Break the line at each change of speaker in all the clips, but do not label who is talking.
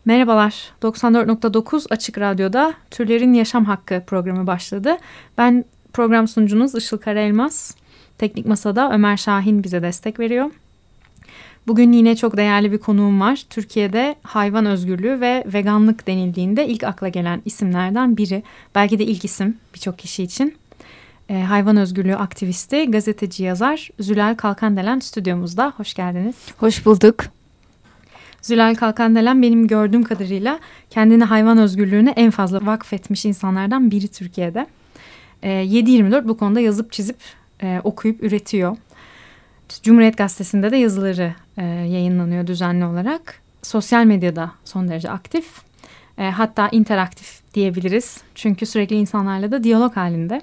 Merhabalar, 94.9 Açık Radyo'da Türlerin Yaşam Hakkı programı başladı. Ben program sunucunuz Işıl Karaelmaz. Teknik Masa'da Ömer Şahin bize destek veriyor. Bugün yine çok değerli bir konuğum var. Türkiye'de hayvan özgürlüğü ve veganlık denildiğinde ilk akla gelen isimlerden biri. Belki de ilk isim birçok kişi için. Hayvan özgürlüğü aktivisti, gazeteci, yazar Zülal Kalkandelen stüdyomuzda. Hoş geldiniz.
Hoş bulduk.
Zülal Kalkandelen benim gördüğüm kadarıyla kendini hayvan özgürlüğüne en fazla vakfetmiş insanlardan biri Türkiye'de. 7/24 bu konuda yazıp çizip okuyup üretiyor. Cumhuriyet Gazetesi'nde de yazıları yayınlanıyor düzenli olarak. Sosyal medyada son derece aktif. Hatta interaktif diyebiliriz. Çünkü sürekli insanlarla da diyalog halinde.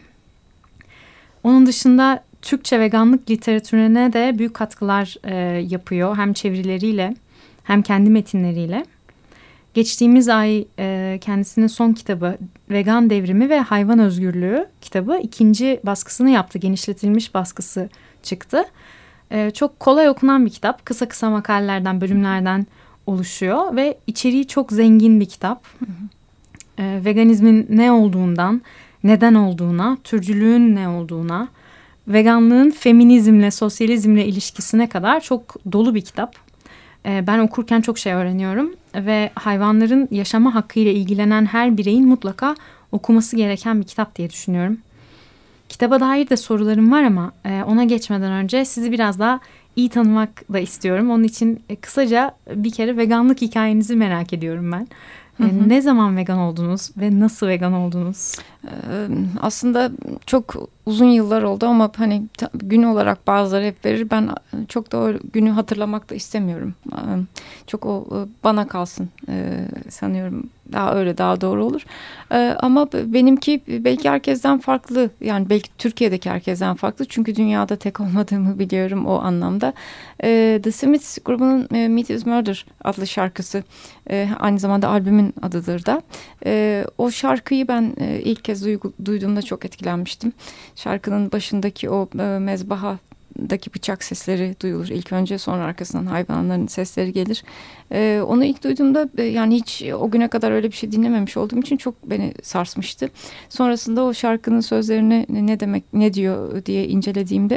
Onun dışında Türkçe veganlık literatürüne de büyük katkılar yapıyor. Hem çevirileriyle hem kendi metinleriyle. Geçtiğimiz ay kendisinin son kitabı Vegan Devrimi ve Hayvan Özgürlüğü kitabı 2. baskısını yaptı. Genişletilmiş baskısı çıktı. Çok kolay okunan bir kitap. Kısa kısa makalelerden, bölümlerden oluşuyor ve içeriği çok zengin bir kitap. Veganizmin ne olduğundan, neden olduğuna, türcülüğün ne olduğuna, veganlığın feminizmle, sosyalizmle ilişkisine kadar çok dolu bir kitap. Ben okurken çok şey öğreniyorum ve hayvanların yaşama hakkıyla ilgilenen her bireyin mutlaka okuması gereken bir kitap diye düşünüyorum. Kitaba dair de sorularım var ama ona geçmeden önce sizi biraz daha iyi tanımak da istiyorum. Onun için kısaca bir kere veganlık hikayenizi merak ediyorum ben. Ne zaman vegan oldunuz ve nasıl vegan oldunuz?
Aslında çok uzun yıllar oldu ama hani gün olarak bazıları hep verir. Ben çok da o günü hatırlamak da istemiyorum. Çok o bana kalsın sanıyorum. Daha doğru olur. Ama benimki belki herkesten farklı. Yani belki Türkiye'deki herkesten farklı. Çünkü dünyada tek olmadığımı biliyorum o anlamda. The Smiths grubunun Meat is Murder adlı şarkısı aynı zamanda albümün adıdır da. O şarkıyı ben ilk kez duyduğumda çok etkilenmiştim. Şarkının başındaki o mezbahadaki bıçak sesleri duyulur ilk önce, sonra arkasından hayvanların sesleri gelir. Onu ilk duyduğumda yani hiç o güne kadar öyle bir şey dinlememiş olduğum için çok beni sarsmıştı. Sonrasında o şarkının sözlerini ne diyor diye incelediğimde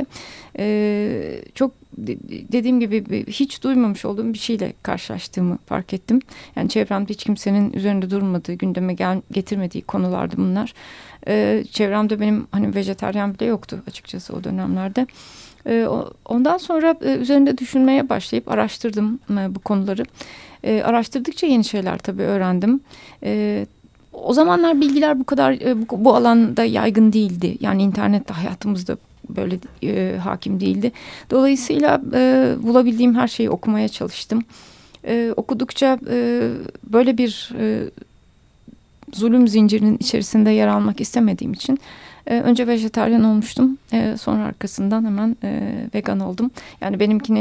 çok dediğim gibi hiç duymamış olduğum bir şeyle karşılaştığımı fark ettim. Yani çevremde hiç kimsenin üzerinde durmadığı, gündeme getirmediği konulardı bunlar. Çevremde benim hani vejetaryen bile yoktu açıkçası o dönemlerde. Ondan sonra üzerinde düşünmeye başlayıp araştırdım bu konuları. Araştırdıkça yeni şeyler tabii öğrendim. O zamanlar bilgiler bu kadar bu alanda yaygın değildi. Yani internette hayatımızda böyle hakim değildi. Dolayısıyla bulabildiğim her şeyi okumaya çalıştım. Okudukça böyle bir zulüm zincirinin içerisinde yer almak istemediğim için önce vejetaryen olmuştum. Sonra arkasından hemen vegan oldum. Yani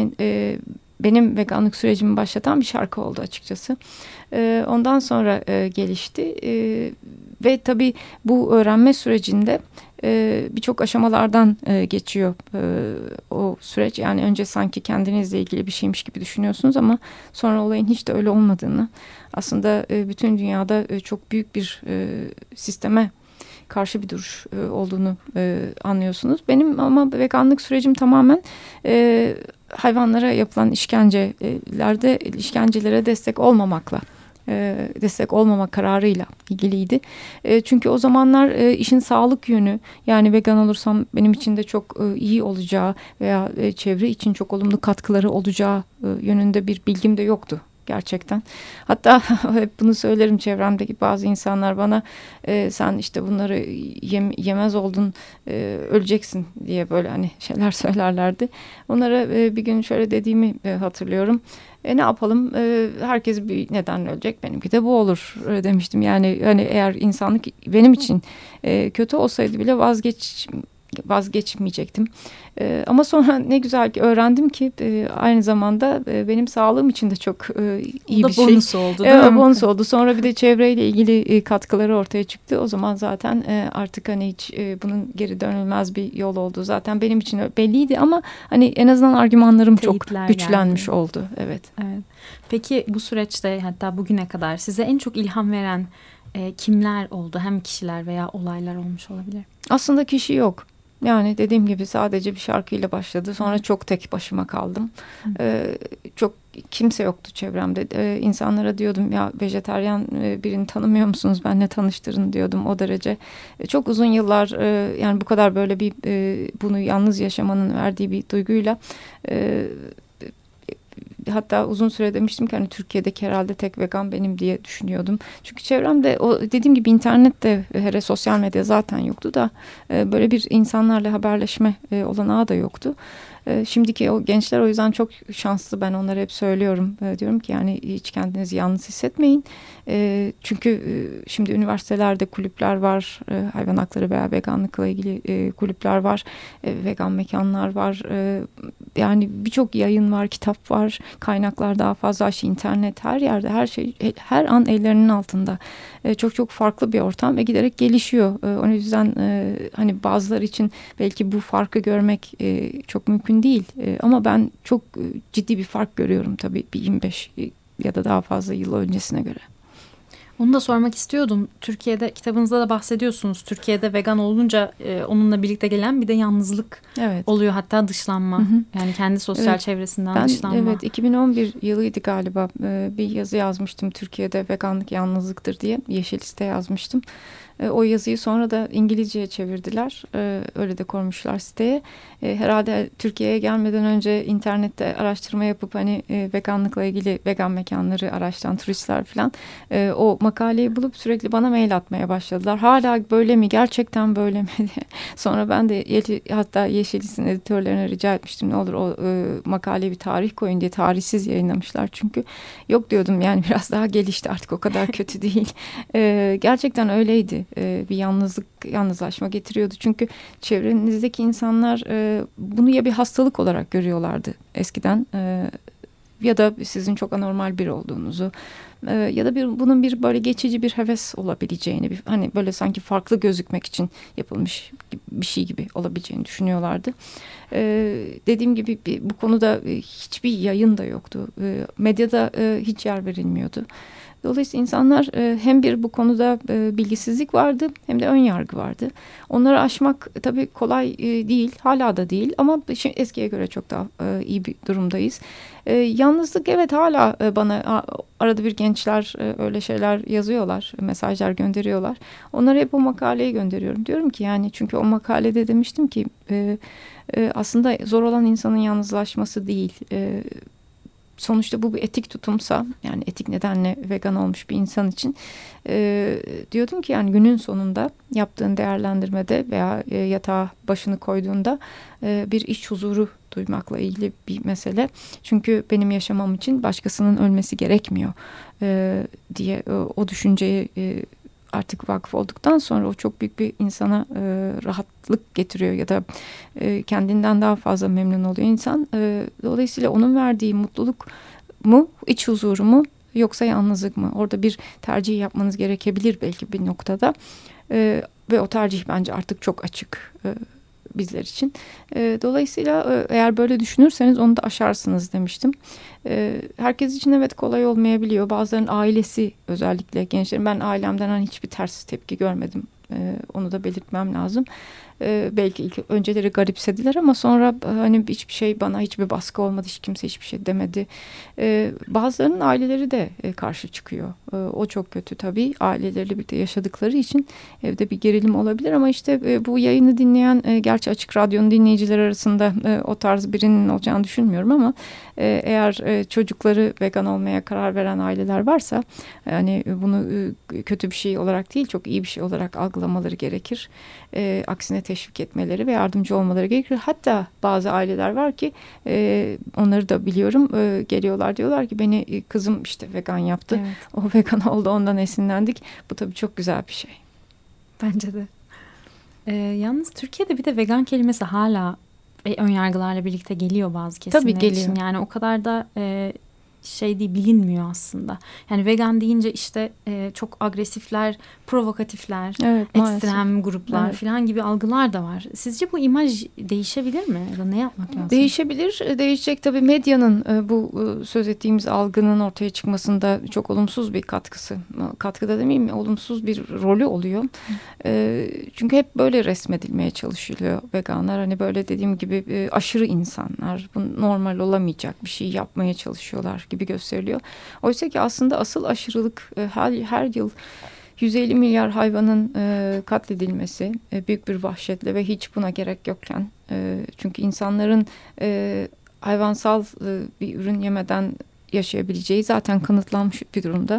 benim veganlık sürecimi başlatan bir şarkı oldu açıkçası. Ondan sonra gelişti ve tabii bu öğrenme sürecinde birçok aşamalardan geçiyor o süreç. Yani önce sanki kendinizle ilgili bir şeymiş gibi düşünüyorsunuz ama sonra olayın hiç de öyle olmadığını, aslında bütün dünyada çok büyük bir sisteme karşı bir duruş olduğunu anlıyorsunuz. Benim ama veganlık sürecim tamamen hayvanlara yapılan işkencelere destek olmama kararıyla ilgiliydi. Çünkü o zamanlar işin sağlık yönü, yani vegan olursam benim için de çok iyi olacağı veya çevre için çok olumlu katkıları olacağı yönünde bir bilgim de yoktu gerçekten. Hatta hep bunu söylerim, çevremdeki bazı insanlar bana sen işte bunları yemez oldun, öleceksin diye böyle hani şeyler söylerlerdi. Onlara bir gün şöyle dediğimi hatırlıyorum. Ne yapalım? Herkes bir nedenle ölecek. Benimki de bu olur demiştim. Yani hani eğer insanlık benim için kötü olsaydı bile vazgeçmeyecektim. Ama sonra ne güzel ki öğrendim ki aynı zamanda benim sağlığım için de çok iyi bir şey.
Bonus oldu değil mi?
Bonus oldu. Sonra bir de çevreyle ilgili katkıları ortaya çıktı. O zaman zaten artık hani hiç bunun geri dönülmez bir yol oldu. Zaten benim için belliydi ama hani en azından argümanlarım
Teyitler
çok güçlenmiş
geldi.
oldu. Evet.
Evet. Peki bu süreçte hatta bugüne kadar size en çok ilham veren kimler oldu? Hem kişiler veya olaylar olmuş olabilir.
Aslında kişi yok. Yani dediğim gibi sadece bir şarkıyla başladı. Sonra çok tek başıma kaldım. Çok kimse yoktu çevremde. İnsanlara diyordum ya vejetaryen birini tanımıyor musunuz? Benle tanıştırın diyordum o derece. Çok uzun yıllar yani bu kadar böyle bir bunu yalnız yaşamanın verdiği bir duyguyla hatta uzun süre demiştim ki hani Türkiye'deki herhalde tek vegan benim diye düşünüyordum. Çünkü çevremde o dediğim gibi internette hele sosyal medya zaten yoktu da böyle bir insanlarla haberleşme olanağı da yoktu. Şimdiki o gençler o yüzden çok şanslı, ben onlara hep söylüyorum. Diyorum ki yani hiç kendinizi yalnız hissetmeyin. Çünkü şimdi üniversitelerde kulüpler var. Hayvan hakları veya veganlıkla ilgili kulüpler var. Vegan mekanlar var. Yani birçok yayın var, kitap var. Kaynaklar daha fazla, internet, her yerde, her şey her an ellerinin altında. Çok farklı bir ortam ve giderek gelişiyor. O yüzden hani bazıları için belki bu farkı görmek çok mümkün değil. Ama ben çok ciddi bir fark görüyorum tabii bir 25 ya da daha fazla yıl öncesine göre.
Onu da sormak istiyordum. Türkiye'de kitabınızda da bahsediyorsunuz. Türkiye'de vegan olunca onunla birlikte gelen bir de yalnızlık oluyor. Hatta dışlanma. Yani kendi sosyal çevresinden dışlanma.
Evet, 2011 yılıydı galiba. Bir yazı yazmıştım Türkiye'de veganlık yalnızlıktır diye. Yeşil Liste yazmıştım. O yazıyı sonra da İngilizceye çevirdiler. Öyle de koymuşlar siteye. Herhalde Türkiye'ye gelmeden önce internette araştırma yapıp hani veganlıkla ilgili vegan mekanları araştıran turistler falan o makaleyi bulup sürekli bana mail atmaya başladılar. Hala böyle mi? Gerçekten böyle mi diye. Sonra ben de hatta Yeşil Liste'nin editörlerine rica etmiştim. Ne olur o makaleye bir tarih koyun diye. Tarihsiz yayınlamışlar çünkü. Yok diyordum yani biraz daha gelişti artık, o kadar kötü değil. Gerçekten öyleydi. Bir yalnızlaşma getiriyordu. Çünkü çevrenizdeki insanlar bunu ya bir hastalık olarak görüyorlardı eskiden ya da sizin çok anormal biri olduğunuzu ya da bunun bir böyle geçici bir heves olabileceğini, hani böyle sanki farklı gözükmek için yapılmış bir şey gibi olabileceğini düşünüyorlardı. Dediğim gibi bu konuda hiçbir yayın da yoktu. Medyada hiç yer verilmiyordu. Dolayısıyla insanlar hem bu konuda bilgisizlik vardı hem de ön yargı vardı. Onları aşmak tabii kolay değil, hala da değil ama eskiye göre çok daha iyi bir durumdayız. Yalnızlık evet hala bana arada bir gençler öyle şeyler yazıyorlar, mesajlar gönderiyorlar. Onlara hep o makaleyi gönderiyorum. Diyorum ki yani çünkü o makalede demiştim ki aslında zor olan insanın yalnızlaşması değil. Sonuçta bu bir etik tutumsa, yani etik nedenle vegan olmuş bir insan için diyordum ki yani günün sonunda yaptığın değerlendirmede veya yatağa başını koyduğunda bir iç huzuru duymakla ilgili bir mesele. Çünkü benim yaşamam için başkasının ölmesi gerekmiyor diye o düşünceyi artık vakıf olduktan sonra o çok büyük bir insana rahatlık getiriyor ya da kendinden daha fazla memnun oluyor insan. Dolayısıyla onun verdiği mutluluk mu, iç huzuru mu yoksa yalnızlık mı? Orada bir tercih yapmanız gerekebilir belki bir noktada ve o tercih bence artık çok açık bizler için. Dolayısıyla eğer böyle düşünürseniz onu da aşarsınız demiştim. Herkes için evet kolay olmayabiliyor. Bazılarının ailesi, özellikle gençlerin, ben ailemden hani hiçbir ters tepki görmedim. Onu da belirtmem lazım. Belki ilk önceleri garipsediler ama sonra hani hiçbir baskı olmadı, hiç kimse hiçbir şey demedi. Bazılarının aileleri de karşı çıkıyor. O çok kötü tabii. Aileleriyle birlikte yaşadıkları için evde bir gerilim olabilir ama işte bu yayını dinleyen, gerçi Açık Radyo'nun dinleyiciler arasında o tarz birinin olacağını düşünmüyorum ama eğer çocukları vegan olmaya karar veren aileler varsa yani bunu kötü bir şey olarak değil, çok iyi bir şey olarak algılamaları gerekir. Aksine teşvik etmeleri ve yardımcı olmaları gerekir. Hatta bazı aileler var ki onları da biliyorum, geliyorlar diyorlar ki beni kızım işte vegan yaptı. Evet. O vegan oldu, ondan esinlendik. Bu tabii çok güzel bir şey.
Bence de. Yalnız Türkiye'de bir de vegan kelimesi hala önyargılarla birlikte geliyor bazı kesimler
Tabii geliyor.
için. Yani o kadar da şey değil, bilinmiyor aslında. Yani vegan deyince işte çok agresifler, provokatifler,
evet,
ekstrem gruplar
evet.
falan gibi algılar da var. Sizce bu imaj değişebilir mi? Ya da ne yapmak lazım?
Değişebilir. Değişecek tabii, medyanın bu söz ettiğimiz algının ortaya çıkmasında çok olumsuz bir katkısı. Katkıda demeyeyim, olumsuz bir rolü oluyor. Çünkü hep böyle resmedilmeye çalışılıyor veganlar. Hani böyle dediğim gibi aşırı insanlar. Bu normal olamayacak bir şey yapmaya çalışıyorlar gibi gösteriliyor. Oysa ki aslında asıl aşırılık her yıl 150 milyar hayvanın katledilmesi, büyük bir vahşetle ve hiç buna gerek yokken. Çünkü insanların hayvansal bir ürün yemeden yaşayabileceği zaten kanıtlanmış bir durumda.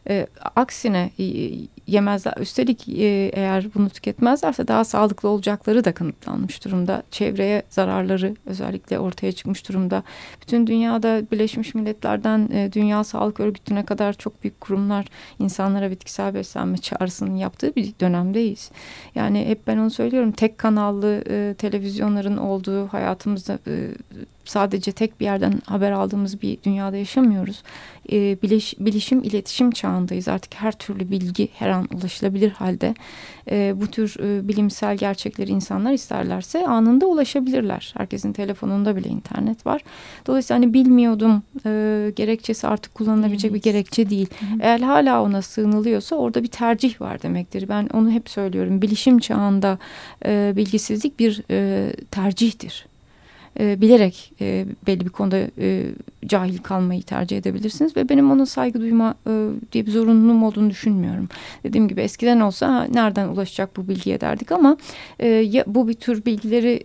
Aksine yemezler. Üstelik eğer bunu tüketmezlerse daha sağlıklı olacakları da kanıtlanmış durumda. Çevreye zararları özellikle ortaya çıkmış durumda. Bütün dünyada Birleşmiş Milletler'den Dünya Sağlık Örgütü'ne kadar çok büyük kurumlar insanlara bitkisel beslenme çağrısının yaptığı bir dönemdeyiz. Yani hep ben onu söylüyorum. Tek kanallı televizyonların olduğu hayatımızda sadece tek bir yerden haber aldığımız bir dünyada yaşamıyoruz. Bilişim, iletişim çağındayız. Artık her türlü bilgi her an ulaşılabilir halde. Bu tür bilimsel gerçekleri insanlar isterlerse anında ulaşabilirler. Herkesin telefonunda bile internet var. Dolayısıyla hani bilmiyordum gerekçesi artık kullanılabilecek bir gerekçe değil. Eğer hala ona sığınılıyorsa orada bir tercih var demektir. Ben onu hep söylüyorum. Bilişim çağında bilgisizlik bir tercihtir. Bilerek belli bir konuda cahil kalmayı tercih edebilirsiniz ve benim ona saygı duyma diye bir zorunluluğum olduğunu düşünmüyorum. Dediğim gibi eskiden olsa nereden ulaşacak bu bilgiye derdik ama bu bir tür bilgileri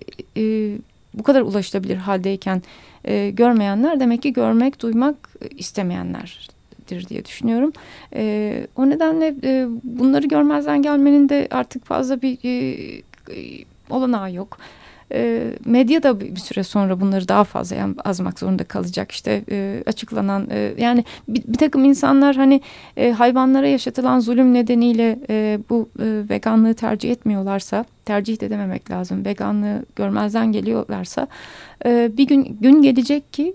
bu kadar ulaşılabilir haldeyken görmeyenler demek ki görmek, duymak istemeyenlerdir diye düşünüyorum. O nedenle bunları görmezden gelmenin de artık fazla bir olanağı yok. Medya da bir süre sonra bunları daha fazla yazmak zorunda kalacak. İşte açıklanan yani bir takım insanlar hani hayvanlara yaşatılan zulüm nedeniyle bu veganlığı tercih etmiyorlarsa, tercih de dememek lazım, veganlığı görmezden geliyorlarsa bir gün gelecek ki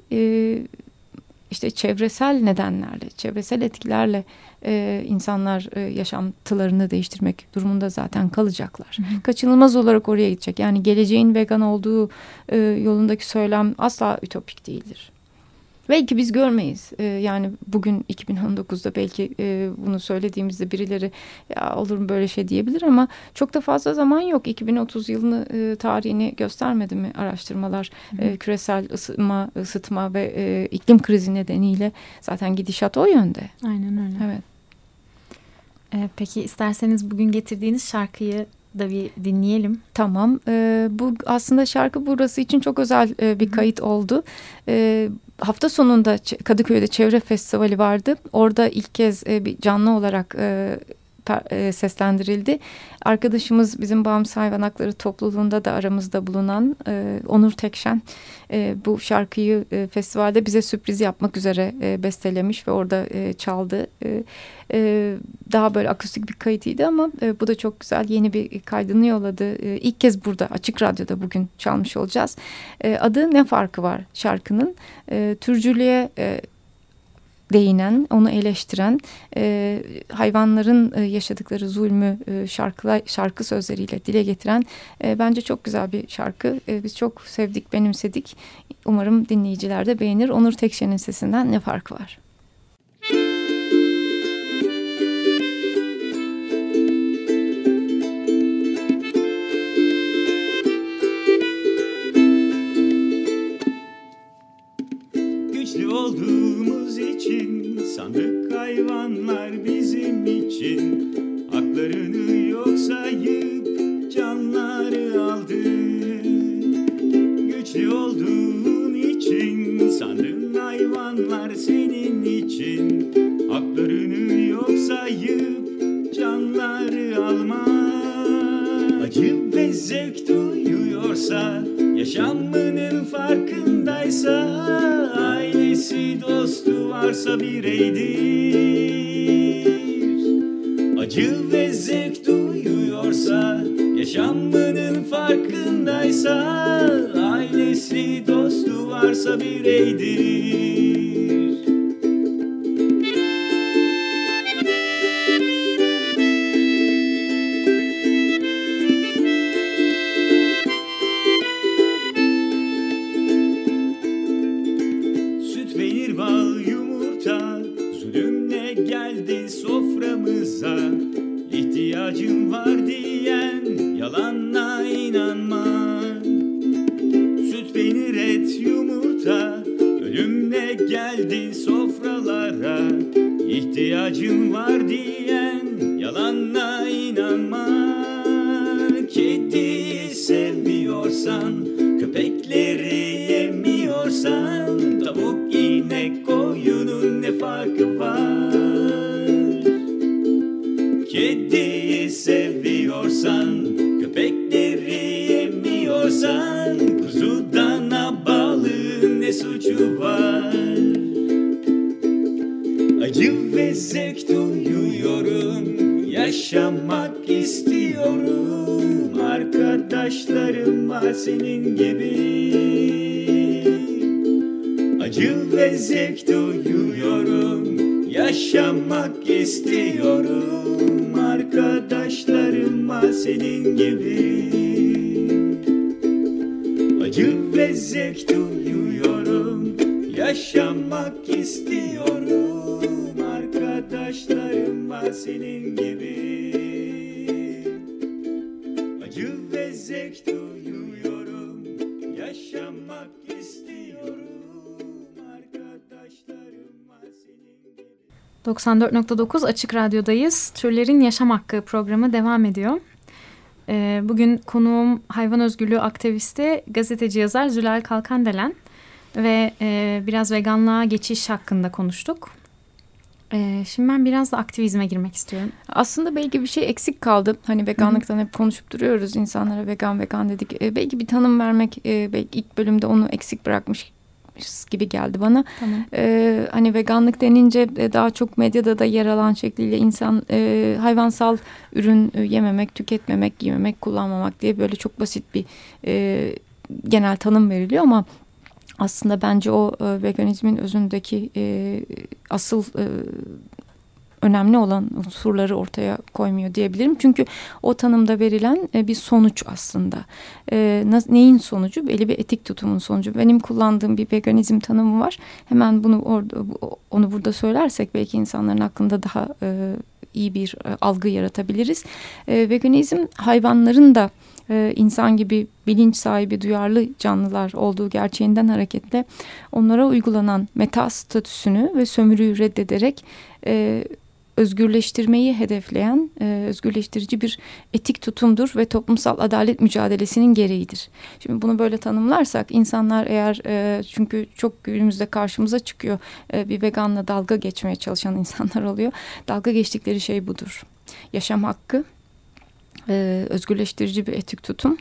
işte çevresel nedenlerle, çevresel etkilerle insanlar yaşantılarını değiştirmek durumunda zaten kalacaklar. Kaçınılmaz olarak oraya gidecek. Yani geleceğin vegan olduğu yolundaki söylem asla ütopik değildir. Belki biz görmeyiz. Yani bugün 2019'da belki bunu söylediğimizde birileri ya olur mu böyle şey diyebilir ama çok da fazla zaman yok. 2030 yılını tarihini göstermedi mi araştırmalar? Küresel ısıtma ve iklim krizi nedeniyle zaten gidişat o yönde.
Aynen öyle.
Evet.
Peki isterseniz bugün getirdiğiniz şarkıyı da bir dinleyelim.
Tamam. Bu aslında şarkı burası için çok özel bir kayıt oldu. Hafta sonunda Kadıköy'de Çevre Festivali vardı. Orada ilk kez bir canlı olarak seslendirildi. Arkadaşımız bizim Bağımsız Hayvan Hakları topluluğunda da aramızda bulunan Onur Tekşen bu şarkıyı festivalde bize sürpriz yapmak üzere bestelemiş ve orada çaldı. Daha böyle akustik bir kayıtıydı ama bu da çok güzel, yeni bir kaydını yolladı. İlk kez burada Açık Radyo'da bugün çalmış olacağız. Adı Ne Farkı Var şarkının. Türcülüğe değinen, onu eleştiren, hayvanların yaşadıkları zulmü şarkı sözleriyle dile getiren bence çok güzel bir şarkı. Biz çok sevdik, benimsedik. Umarım dinleyiciler de beğenir. Onur Tekşen'in sesinden Ne Farkı Var?
Güçlü olduğumuz için sandık hayvanlar bizim için haklarını yok sayıp canları aldı. Güçlü olduğun için sandığın hayvanlar senin için haklarını yok sayıp canları alma. Acı ve zevk duyuyorsa, yaşamının farkındaysa, ailesi dostu varsa bireydir. Acı ve zevk duyuyorsa, yaşamının varsa, ailesi dostu varsa bireydir. Süt, peynir, bal, yumurta, zulümle geldi soframıza. İhtiyacım var diyen yalanla inanma. Süt, peynir, et, yumurta, ölümle geldi sofralara. İhtiyacım var diyen yalanla inanma. Kedi sevmiyorsan, köpekleri yemiyorsan, tavuk, inek, koyunun ne farkı var? Kediyi seviyorsan, köpekleri yemiyorsan, kuzu, dana, balığın ne suçu var? Acı ve zevk duyuyorum, yaşamak istiyorum. Arkadaşlarım var senin gibi. Acı ve zevk duyuyorum, yaşamak istiyorum. Arkadaşlarım var senin gibi. Acı ve zevk duyuyorum, yaşamak istiyorum. Arkadaşlarım var senin gibi. Acı ve zevk duyuyorum, yaşamak istiyorum. Arkadaşlarım var senin gibi.
94.9 Açık Radyo'dayız. Türlerin Yaşam Hakkı programı devam ediyor. Bugün konuğum hayvan özgürlüğü aktivisti, gazeteci yazar Zülal Kalkandelen ve biraz veganlığa geçiş hakkında konuştuk. Şimdi ben biraz da aktivizme girmek istiyorum.
Aslında belki bir şey eksik kaldı. Hani veganlıktan hep konuşup duruyoruz. İnsanlara vegan dedik. Belki bir tanım vermek, belki ilk bölümde onu eksik bırakmış gibi geldi bana.
Tamam.
Hani veganlık denince daha çok medyada da yer alan şekliyle insan hayvansal ürün yememek, tüketmemek, giymemek, kullanmamak diye böyle çok basit bir genel tanım veriliyor ama aslında bence o veganizmin özündeki asıl önemli olan unsurları ortaya koymuyor diyebilirim. Çünkü o tanımda verilen bir sonuç aslında. Neyin sonucu? Belli bir etik tutumun sonucu. Benim kullandığım bir veganizm tanımı var. Hemen onu burada söylersek belki insanların aklında daha iyi bir algı yaratabiliriz. Veganizm hayvanların da insan gibi bilinç sahibi, duyarlı canlılar olduğu gerçeğinden hareketle onlara uygulanan meta statüsünü ve sömürüyü reddederek özgürleştirmeyi hedefleyen özgürleştirici bir etik tutumdur ve toplumsal adalet mücadelesinin gereğidir. Şimdi bunu böyle tanımlarsak insanlar eğer çünkü çok günümüzde karşımıza çıkıyor bir veganla dalga geçmeye çalışan insanlar oluyor. Dalga geçtikleri şey budur. Yaşam hakkı, özgürleştirici bir etik tutum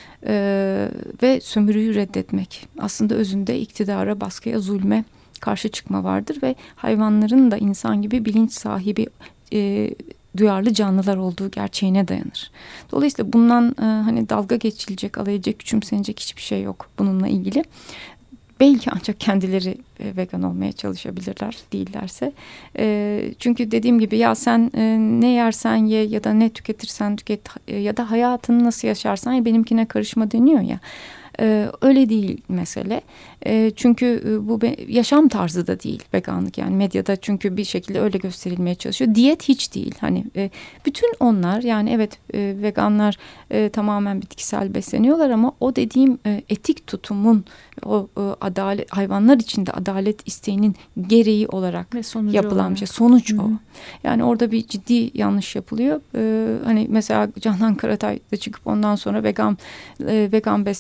ve sömürüyü reddetmek. Aslında özünde iktidara, baskıya, zulme karşı çıkma vardır ve hayvanların da insan gibi bilinç sahibi duyarlı canlılar olduğu gerçeğine dayanır. Dolayısıyla bundan hani dalga geçilecek, alay edecek, küçümsenecek hiçbir şey yok bununla ilgili. Belki ancak kendileri vegan olmaya çalışabilirler değillerse. Çünkü dediğim gibi ya sen ne yersen ye ya da ne tüketirsen tüket ya da hayatını nasıl yaşarsan ya benimkine karışma deniyor ya. Öyle değil mesele. Çünkü bu yaşam tarzı da değil veganlık, yani medyada çünkü bir şekilde öyle gösterilmeye çalışıyor. Diyet hiç değil. Hani bütün onlar, yani evet veganlar tamamen bitkisel besleniyorlar ama o dediğim etik tutumun, o adalet, hayvanlar içinde adalet isteğinin gereği olarak yapılan bir şey. Sonuç o. Yani orada bir ciddi yanlış yapılıyor. Hani mesela Canan Karatay da çıkıp ondan sonra vegan beslenmenin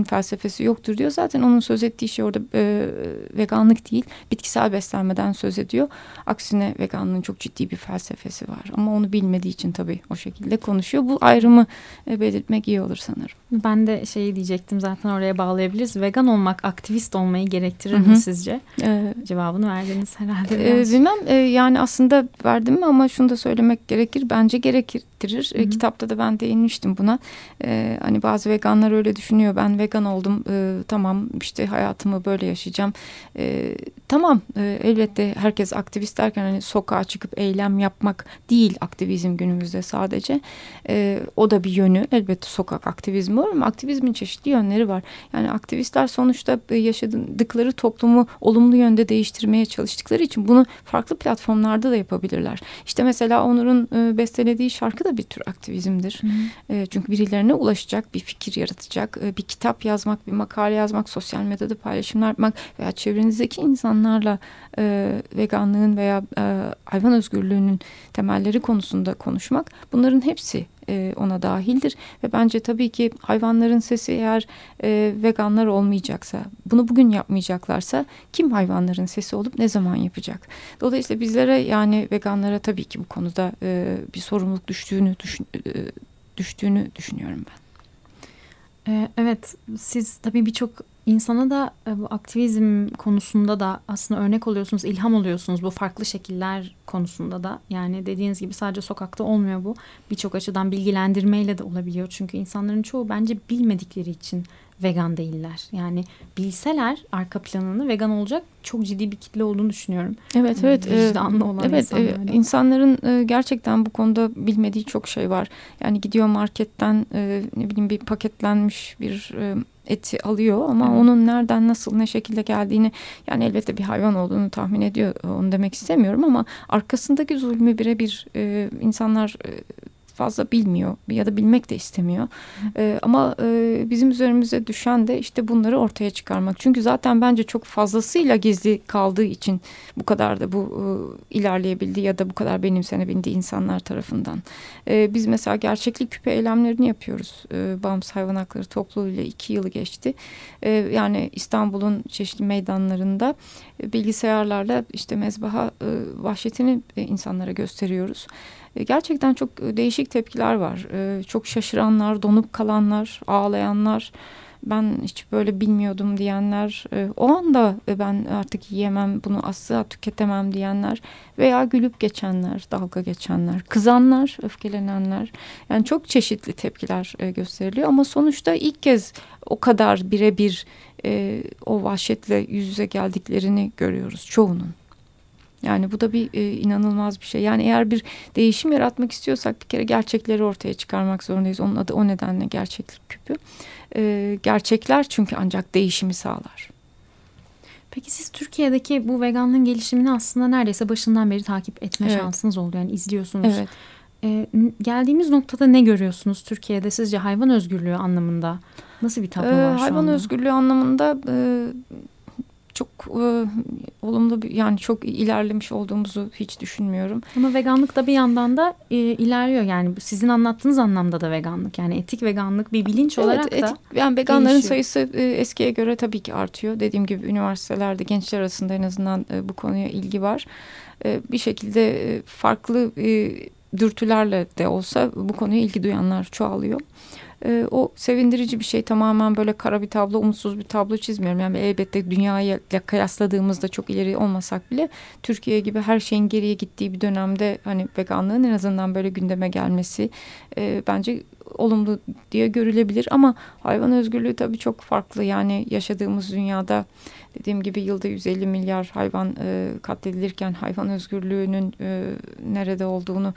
veganizmin felsefesi yoktur diyor. Zaten onun söz ettiği şey orada veganlık değil, bitkisel beslenmeden söz ediyor. Aksine veganlığın çok ciddi bir felsefesi var. Ama onu bilmediği için tabii o şekilde konuşuyor. Bu ayrımı belirtmek iyi olur sanırım.
Ben de şeyi diyecektim, zaten oraya bağlayabiliriz. Vegan olmak aktivist olmayı gerektirir mi sizce? Cevabını verdiniz herhalde.
Bilmem yani aslında verdim mi ama şunu da söylemek gerekir. Bence gerektirir. Kitapta da ben değinmiştim buna. Hani bazı veganlar öyle düşünüyor. Ben vegan oldum. Tamam işte hayatımı böyle yaşayacağım. Tamam elbette herkes aktivist derken hani sokağa çıkıp eylem yapmak değil aktivizm günümüzde sadece. O da bir yönü. Elbette sokak aktivizmi var ama aktivizmin çeşitli yönleri var. Yani aktivistler sonuçta yaşadıkları toplumu olumlu yönde değiştirmeye çalıştıkları için bunu farklı platformlarda da yapabilirler. İşte mesela Onur'un bestelediği şarkı da bir tür aktivizmdir. Çünkü birilerine ulaşacak, bir fikir yaratacak, bir kitap yazmak, bir makale yazmak, sosyal medyada paylaşımlar yapmak veya çevrenizdeki insanlarla veganlığın veya hayvan özgürlüğünün temelleri konusunda konuşmak, bunların hepsi ona dahildir. Ve bence tabii ki hayvanların sesi eğer veganlar olmayacaksa, bunu bugün yapmayacaklarsa kim hayvanların sesi olup ne zaman yapacak? Dolayısıyla bizlere yani veganlara tabii ki bu konuda bir sorumluluk düştüğünü düşünüyorum ben.
Evet, siz tabii birçok insana da bu aktivizm konusunda da aslında örnek oluyorsunuz, ilham oluyorsunuz bu farklı şekiller konusunda da. Yani dediğiniz gibi sadece sokakta olmuyor bu. Birçok açıdan bilgilendirmeyle de olabiliyor. Çünkü insanların çoğu bence bilmedikleri için vegan değiller. Yani bilseler arka planını vegan olacak çok ciddi bir kitle olduğunu düşünüyorum.
Evet.
Vicdanlı olan insanların.
İnsanların gerçekten bu konuda bilmediği çok şey var. Yani gidiyor marketten ne bileyim bir paketlenmiş bir eti alıyor ama onun nereden, nasıl, ne şekilde geldiğini, yani elbette bir hayvan olduğunu tahmin ediyor. Onu demek istemiyorum ama arkasındaki zulmü birebir insanlar fazla bilmiyor ya da bilmek de istemiyor. Ama bizim üzerimize düşen de işte bunları ortaya çıkarmak. Çünkü zaten bence çok fazlasıyla gizli kaldığı için bu kadar da bu ilerleyebildi ya da bu kadar benimsenebildi insanlar tarafından. Biz mesela gerçeklik küpe eylemlerini yapıyoruz. Bağımsız Hayvan Hakları Topluluğu'yla 2 yılı geçti. Yani İstanbul'un çeşitli meydanlarında bilgisayarlarla işte mezbaha vahşetini insanlara gösteriyoruz. Gerçekten çok değişik tepkiler var. Çok şaşıranlar, donup kalanlar, ağlayanlar, ben hiç böyle bilmiyordum diyenler, o anda ben artık yiyemem, bunu asla tüketemem diyenler veya gülüp geçenler, dalga geçenler, kızanlar, öfkelenenler. Yani çok çeşitli tepkiler gösteriliyor ama sonuçta ilk kez o kadar birebir o vahşetle yüz yüze geldiklerini görüyoruz çoğunun. Yani bu da bir inanılmaz bir şey. Yani eğer bir değişim yaratmak istiyorsak bir kere gerçekleri ortaya çıkarmak zorundayız. Onun adı o nedenle gerçeklik küpü. Gerçekler çünkü ancak değişimi sağlar.
Peki siz Türkiye'deki bu veganlığın gelişimini aslında neredeyse başından beri takip etme şansınız oldu. Yani izliyorsunuz.
Evet.
Geldiğimiz noktada ne görüyorsunuz Türkiye'de sizce hayvan özgürlüğü anlamında? Nasıl bir tablo var şu anda?
Hayvan özgürlüğü anlamında çok olumlu yani çok ilerlemiş olduğumuzu hiç düşünmüyorum.
Ama veganlık da bir yandan da ilerliyor. Yani sizin anlattığınız anlamda da veganlık. Yani etik veganlık bir bilinç olarak da
yani veganların
gelişiyor.
sayısı eskiye göre tabii ki artıyor. Dediğim gibi üniversitelerde gençler arasında en azından bu konuya ilgi var. Bir şekilde farklı dürtülerle de olsa bu konuya ilgi duyanlar çoğalıyor. O sevindirici bir şey. Tamamen böyle kara bir tablo, umutsuz bir tablo çizmiyorum. Yani elbette dünyayla kıyasladığımızda çok ileri olmasak bile Türkiye gibi her şeyin geriye gittiği bir dönemde hani veganlığın en azından böyle gündeme gelmesi bence olumlu diye görülebilir. Ama hayvan özgürlüğü tabii çok farklı. Yani yaşadığımız dünyada dediğim gibi yılda 150 milyar hayvan katledilirken hayvan özgürlüğünün nerede olduğunu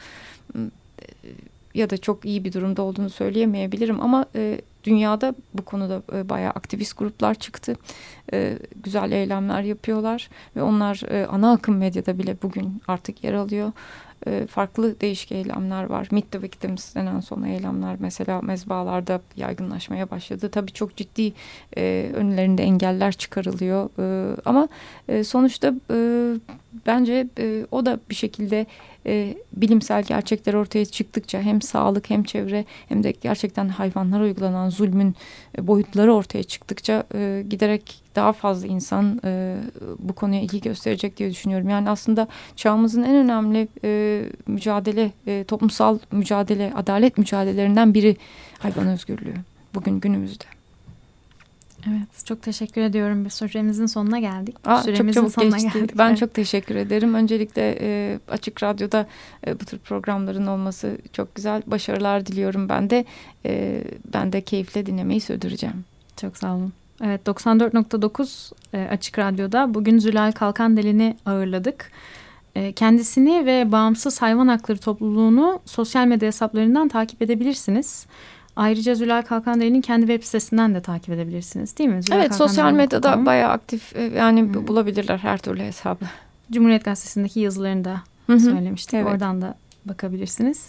ya da çok iyi bir durumda olduğunu söyleyemeyebilirim ama dünyada bu konuda bayağı aktivist gruplar çıktı. Güzel eylemler yapıyorlar ve onlar ana akım medyada bile bugün artık yer alıyor. farklı değişik eylemler var. Meet the Victims denen son eylemler mesela mezbalarda yaygınlaşmaya başladı. Tabii çok ciddi önlerinde engeller çıkarılıyor. Ama sonuçta bence o da bir şekilde bilimsel gerçekler ortaya çıktıkça hem sağlık hem çevre hem de gerçekten hayvanlara uygulanan zulmün boyutları ortaya çıktıkça giderek daha fazla insan bu konuya ilgi gösterecek diye düşünüyorum. Yani aslında çağımızın en önemli mücadele, toplumsal mücadele, adalet mücadelelerinden biri hayvan özgürlüğü bugün günümüzde. Evet,
çok teşekkür ediyorum. Süremizin sonuna geldik.
Süremizin çok sonuna geçti. Ben evet. Çok teşekkür ederim. Öncelikle Açık Radyo'da bu tür programların olması çok güzel. Başarılar diliyorum ben de. Ben de keyifle dinlemeyi sürdüreceğim.
Çok sağ olun. Evet, 94.9 Açık Radyo'da bugün Zülal Kalkandelen'i ağırladık. Kendisini ve Bağımsız Hayvan Hakları Topluluğunu sosyal medya hesaplarından takip edebilirsiniz. Ayrıca Zülal Kalkandelen'in kendi web sitesinden de takip edebilirsiniz, değil mi?
Evet, sosyal medyada bayağı aktif, yani bulabilirler her türlü hesabı.
Cumhuriyet Gazetesi'ndeki yazılarını da söylemiştik. Evet. Oradan da bakabilirsiniz.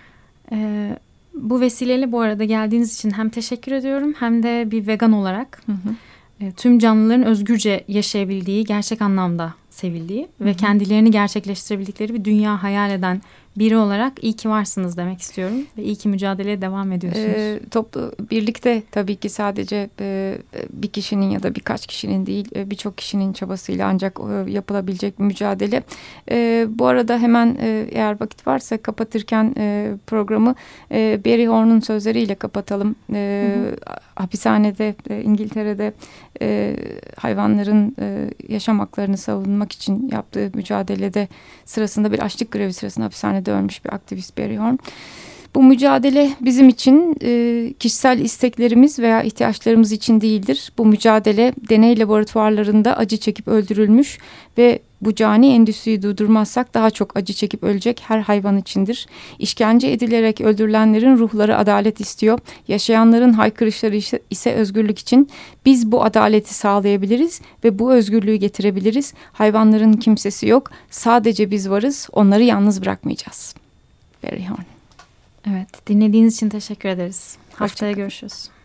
Bu vesileyle bu arada geldiğiniz için hem teşekkür ediyorum hem de bir vegan olarak tüm canlıların özgürce yaşayabildiği, gerçek anlamda sevildiği ve kendilerini gerçekleştirebildikleri bir dünya hayal eden biri olarak iyi ki varsınız demek istiyorum ve iyi ki mücadeleye devam ediyorsunuz.
Birlikte tabii ki sadece bir kişinin ya da birkaç kişinin değil, birçok kişinin çabasıyla ancak yapılabilecek bir mücadele. Bu arada hemen eğer vakit varsa kapatırken programı Barry Horn'un sözleriyle kapatalım. Hapishanede, İngiltere'de hayvanların yaşam haklarını savunmak için yaptığı mücadelede sırasında bir açlık grevi sırasında hapishanede ölmüş bir aktivist Barry Horn. Bu mücadele bizim için kişisel isteklerimiz veya ihtiyaçlarımız için değildir. Bu mücadele deney laboratuvarlarında acı çekip öldürülmüş ve bu cani endüstriyi durdurmazsak daha çok acı çekip ölecek her hayvan içindir. İşkence edilerek öldürülenlerin ruhları adalet istiyor. Yaşayanların haykırışları ise özgürlük için. Biz bu adaleti sağlayabiliriz ve bu özgürlüğü getirebiliriz. Hayvanların kimsesi yok. Sadece biz varız. Onları yalnız bırakmayacağız. Barry Horn.
Evet, dinlediğiniz için teşekkür ederiz. Haftaya görüşürüz.